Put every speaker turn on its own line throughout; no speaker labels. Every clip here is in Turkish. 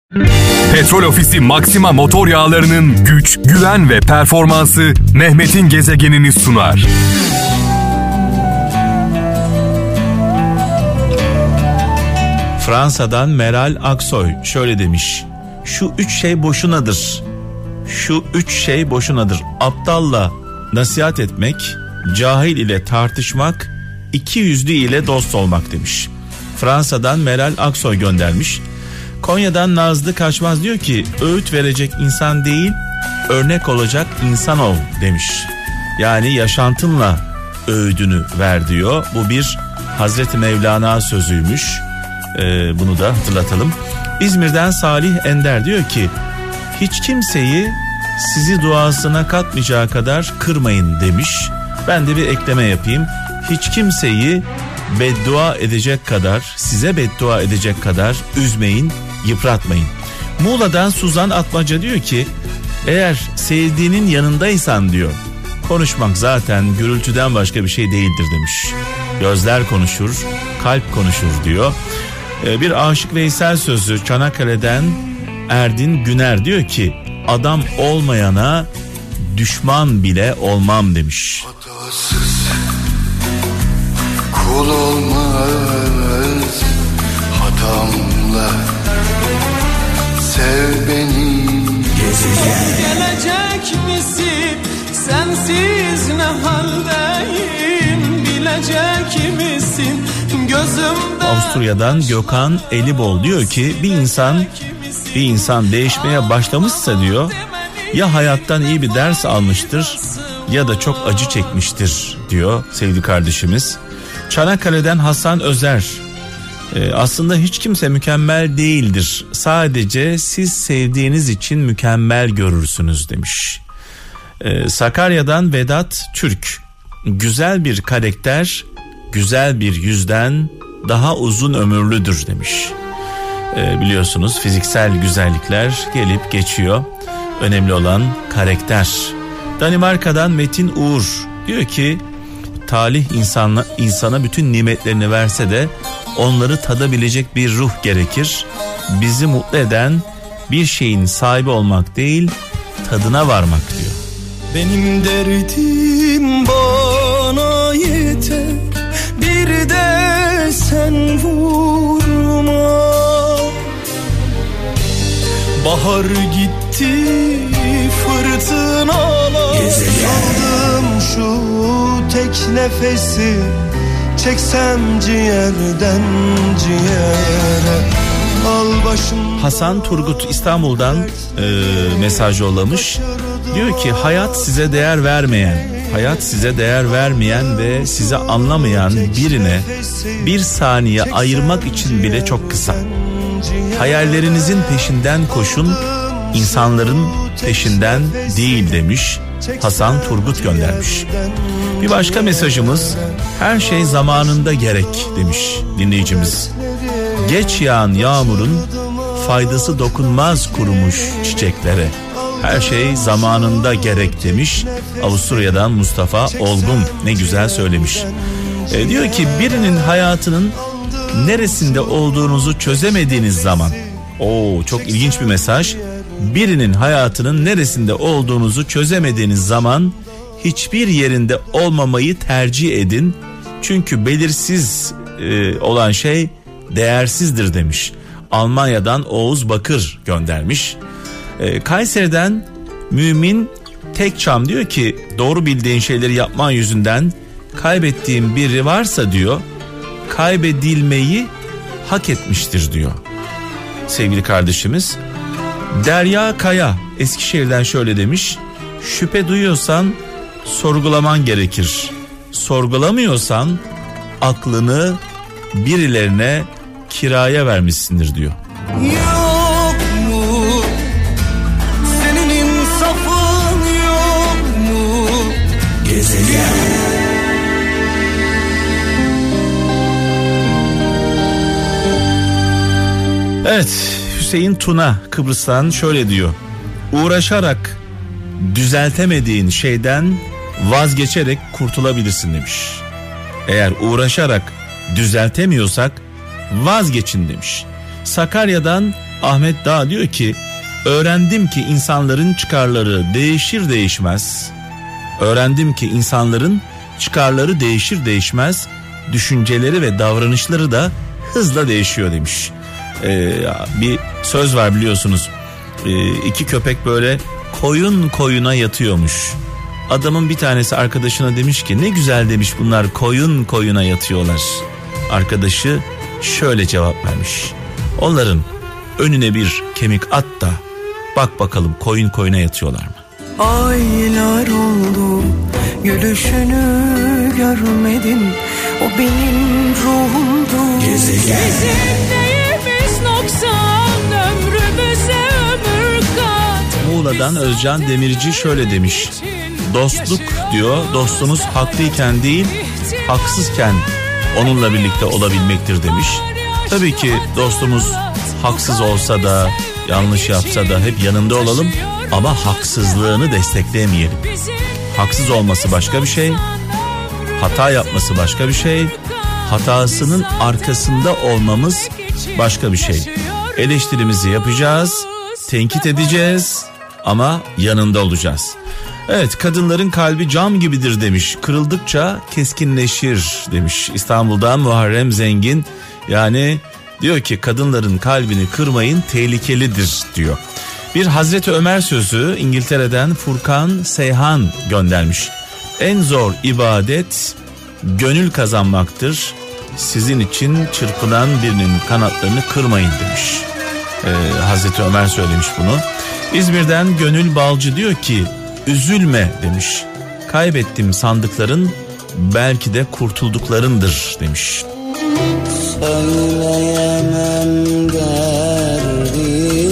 Petrol Ofisi Maxima motor yağlarının güç, güven ve performansı Mehmet'in gezegenini sunar.
Fransa'dan Meral Aksoy şöyle demiş: şu üç şey boşunadır. Şu üç şey boşunadır. Aptalla nasihat etmek, cahil ile tartışmak, ikiyüzlü ile dost olmak demiş. Fransa'dan Meral Aksoy göndermiş. Konya'dan Nazlı Kaçmaz diyor ki, öğüt verecek insan değil, örnek olacak insan ol demiş. Yani yaşantınla öğüdünü ver diyor. Bu bir Hazreti Mevlana sözüymüş. Bunu da hatırlatalım. İzmir'den Salih Ender diyor ki, hiç kimseyi sizi duasına katmayacağı kadar kırmayın demiş. Ben de bir ekleme yapayım. Hiç kimseyi beddua edecek kadar, size beddua edecek kadar üzmeyin, yıpratmayın. Muğla'dan Suzan Atmaca diyor ki, eğer sevdiğinin yanındaysan diyor, konuşmak zaten gürültüden başka bir şey değildir demiş. Gözler konuşur, kalp konuşur diyor. Bir Aşık Veysel sözü Çanakkale'den Erdin Güner diyor ki, adam olmayana düşman bile olmam demiş.
Hatasız kul olmaz, hatamla sev beni.
Gelecek misin sensiz ne haldeyim, bilecek misin gözümden.
Avusturya'dan Gökhan Elibol diyor ki, bir insan değişmeye başlamışsa diyor, ya hayattan iyi bir ders almıştır ya da çok acı çekmiştir diyor sevgili kardeşimiz. Çanakkale'den Hasan Özer, aslında hiç kimse mükemmel değildir, sadece siz sevdiğiniz için mükemmel görürsünüz demiş. Sakarya'dan Vedat Türk, güzel bir karakter güzel bir yüzden daha uzun ömürlüdür demiş. Biliyorsunuz fiziksel güzellikler gelip geçiyor, önemli olan karakter. Danimarka'dan Metin Uğur diyor ki, talih insana bütün nimetlerini verse de onları tadabilecek bir ruh gerekir. Bizi mutlu eden bir şeyin sahibi olmak değil, tadına varmak diyor.
Benim derdim bana yeter, bir de sen vurma. Bahar gitti fırtınalar, aldım şu tek nefesi, çeksem ciğerden ciğere.
Hasan Turgut İstanbul'dan mesaj yollamış. Diyor ki, hayat size değer vermeyen ve sizi anlamayan birine bir saniye ayırmak için bile çok kısa. Hayallerinizin peşinden koşun, insanların peşinden değil demiş. Hasan Turgut göndermiş. Bir başka mesajımız, her şey zamanında gerek demiş dinleyicimiz. Geç yağan yağmurun faydası dokunmaz kurumuş çiçeklere. Her şey zamanında gerek demiş. Avusturya'dan Mustafa Olgun ne güzel söylemiş. Diyor ki, birinin hayatının neresinde olduğunuzu çözemediğiniz zaman, çok ilginç bir mesaj. Birinin hayatının neresinde olduğunuzu çözemediğiniz zaman hiçbir yerinde olmamayı tercih edin. Çünkü belirsiz olan şey değersizdir demiş. Almanya'dan Oğuz Bakır göndermiş. Kayseri'den Mümin Tekçam diyor ki, doğru bildiğin şeyleri yapman yüzünden kaybettiğin biri varsa diyor, kaybedilmeyi hak etmiştir diyor sevgili kardeşimiz. Derya Kaya Eskişehir'den şöyle demiş: şüphe duyuyorsan sorgulaman gerekir. Sorgulamıyorsan aklını birilerine kiraya vermişsindir diyor.
Yok mu senin insafın, yok mu gezegen?
Evet, Hüseyin Tuna Kıbrıs'tan şöyle diyor: uğraşarak düzeltemediğin şeyden vazgeçerek kurtulabilirsin demiş. Eğer uğraşarak düzeltemiyorsak vazgeçin demiş. Sakarya'dan Ahmet Dağ diyor ki öğrendim ki insanların çıkarları değişir değişmez. Öğrendim ki insanların çıkarları değişir değişmez. Düşünceleri ve davranışları da hızla değişiyor demiş. Bir söz var biliyorsunuz. İki köpek böyle koyun koyuna yatıyormuş. Adamın bir tanesi arkadaşına demiş ki ne güzel demiş bunlar koyun koyuna yatıyorlar. Arkadaşı şöyle cevap vermiş. Onların önüne bir kemik at da bak bakalım koyun koyuna yatıyorlar mı?
Aylar oldu gülüşünü görmedim. O benim ruhumdu.
Gezegenlerimiz noksan ömrümüze ömür kat.
Muğla'dan Özcan Demirci şöyle demiş. Dostluk diyor dostunuz haklıyken değil haksızken onunla birlikte olabilmektir demiş. Tabii ki dostumuz haksız olsa da yanlış yapsa da hep yanında olalım ama haksızlığını desteklemeyelim. Haksız olması başka bir şey, hata yapması başka bir şey, hatasının arkasında olmamız başka bir şey. Eleştirimizi yapacağız, tenkit edeceğiz ama yanında olacağız. Evet, kadınların kalbi cam gibidir demiş. Kırıldıkça keskinleşir demiş. İstanbul'dan Muharrem Zengin. Yani diyor ki kadınların kalbini kırmayın tehlikelidir diyor. Bir Hazreti Ömer sözü İngiltere'den Furkan Seyhan göndermiş. En zor ibadet gönül kazanmaktır. Sizin için çırpınan birinin kanatlarını kırmayın demiş. Hazreti Ömer söylemiş bunu. İzmir'den Gönül Balcı diyor ki üzülme demiş. Kaybettim sandıkların belki de kurtulduklarındır demiş.
Söyleyemem derdimi.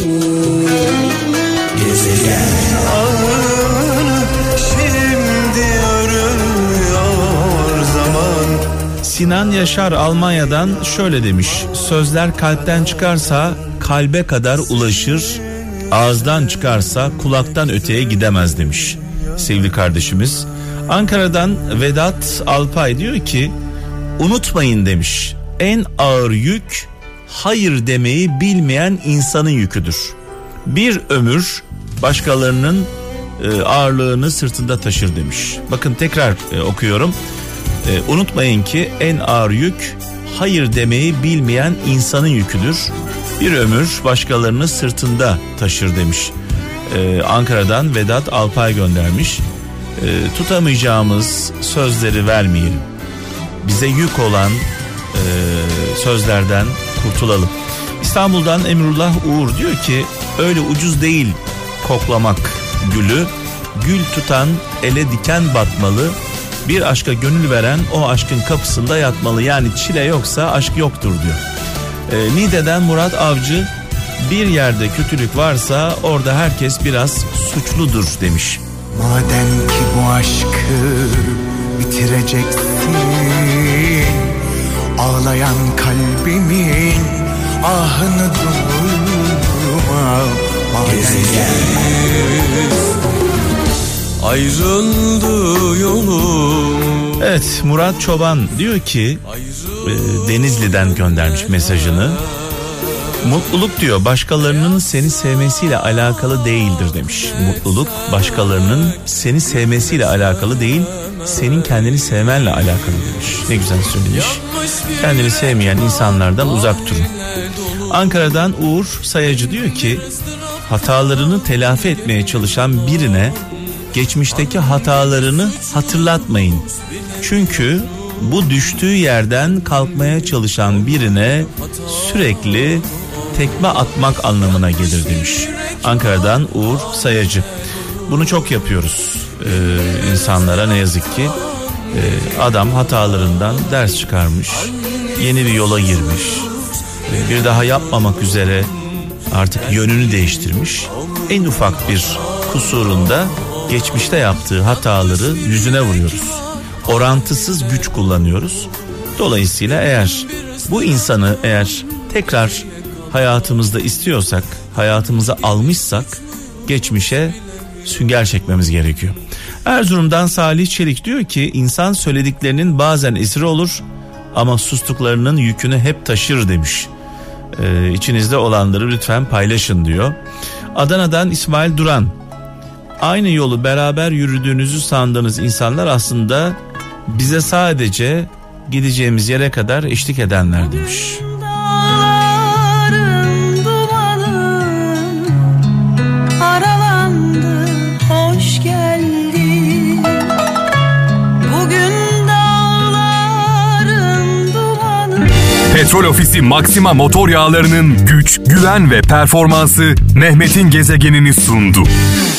Gezegen ağını şimdi örüyor zaman.
Sinan Yaşar Almanya'dan şöyle demiş. Sözler kalpten çıkarsa kalbe kadar ulaşır. Ağızdan çıkarsa kulaktan öteye gidemez demiş sevgili kardeşimiz. Ankara'dan Vedat Alpay diyor ki unutmayın demiş. En ağır yük hayır demeyi bilmeyen insanın yüküdür. Bir ömür başkalarının ağırlığını sırtında taşır demiş. Bakın tekrar okuyorum. Unutmayın ki en ağır yük hayır demeyi bilmeyen insanın yüküdür. Bir ömür başkalarını sırtında taşır demiş. Ankara'dan Vedat Alpay göndermiş. Tutamayacağımız sözleri vermeyelim. Bize yük olan sözlerden kurtulalım. İstanbul'dan Emrullah Uğur diyor ki öyle ucuz değil koklamak gülü. Gül tutan ele diken batmalı. Bir aşka gönül veren o aşkın kapısında yatmalı. Yani çile yoksa aşk yoktur diyor. Niğde'den Murat Avcı bir yerde kötülük varsa orada herkes biraz suçludur demiş.
Madem ki bu aşkı bitireceksin, ağlayan kalbimin ahını duyma. Ayrıldı yolum.
Evet, Murat Çoban diyor ki Denizli'den göndermiş mesajını. Mutluluk diyor başkalarının seni sevmesiyle alakalı değildir demiş. Mutluluk başkalarının seni sevmesiyle alakalı değil, senin kendini sevmenle alakalı demiş. Ne güzel söylemiş. Kendini sevmeyen insanlardan uzak durun. Ankara'dan Uğur Sayacı diyor ki hatalarını telafi etmeye çalışan birine geçmişteki hatalarını hatırlatmayın. Çünkü bu düştüğü yerden kalkmaya çalışan birine sürekli tekme atmak anlamına gelir demiş. Ankara'dan Uğur Sayacı. Bunu çok yapıyoruz insanlara ne yazık ki. Adam hatalarından ders çıkarmış, yeni bir yola girmiş, bir daha yapmamak üzere artık yönünü değiştirmiş. En ufak bir kusurunda geçmişte yaptığı hataları yüzüne vuruyoruz. Orantısız güç kullanıyoruz. Dolayısıyla eğer bu insanı tekrar hayatımızda istiyorsak, hayatımıza almışsak geçmişe sünger çekmemiz gerekiyor. Erzurum'dan Salih Çelik diyor ki insan söylediklerinin bazen esiri olur ama sustuklarının yükünü hep taşır demiş. İçinizde olanları lütfen paylaşın diyor. Adana'dan İsmail Duran. Aynı yolu beraber yürüdüğünüzü sandığınız insanlar aslında bize sadece gideceğimiz yere kadar eşlik edenler demiş.
Petrol Ofisi Maxima motor yağlarının güç, güven ve performansı Mehmet'in gezegenini sundu.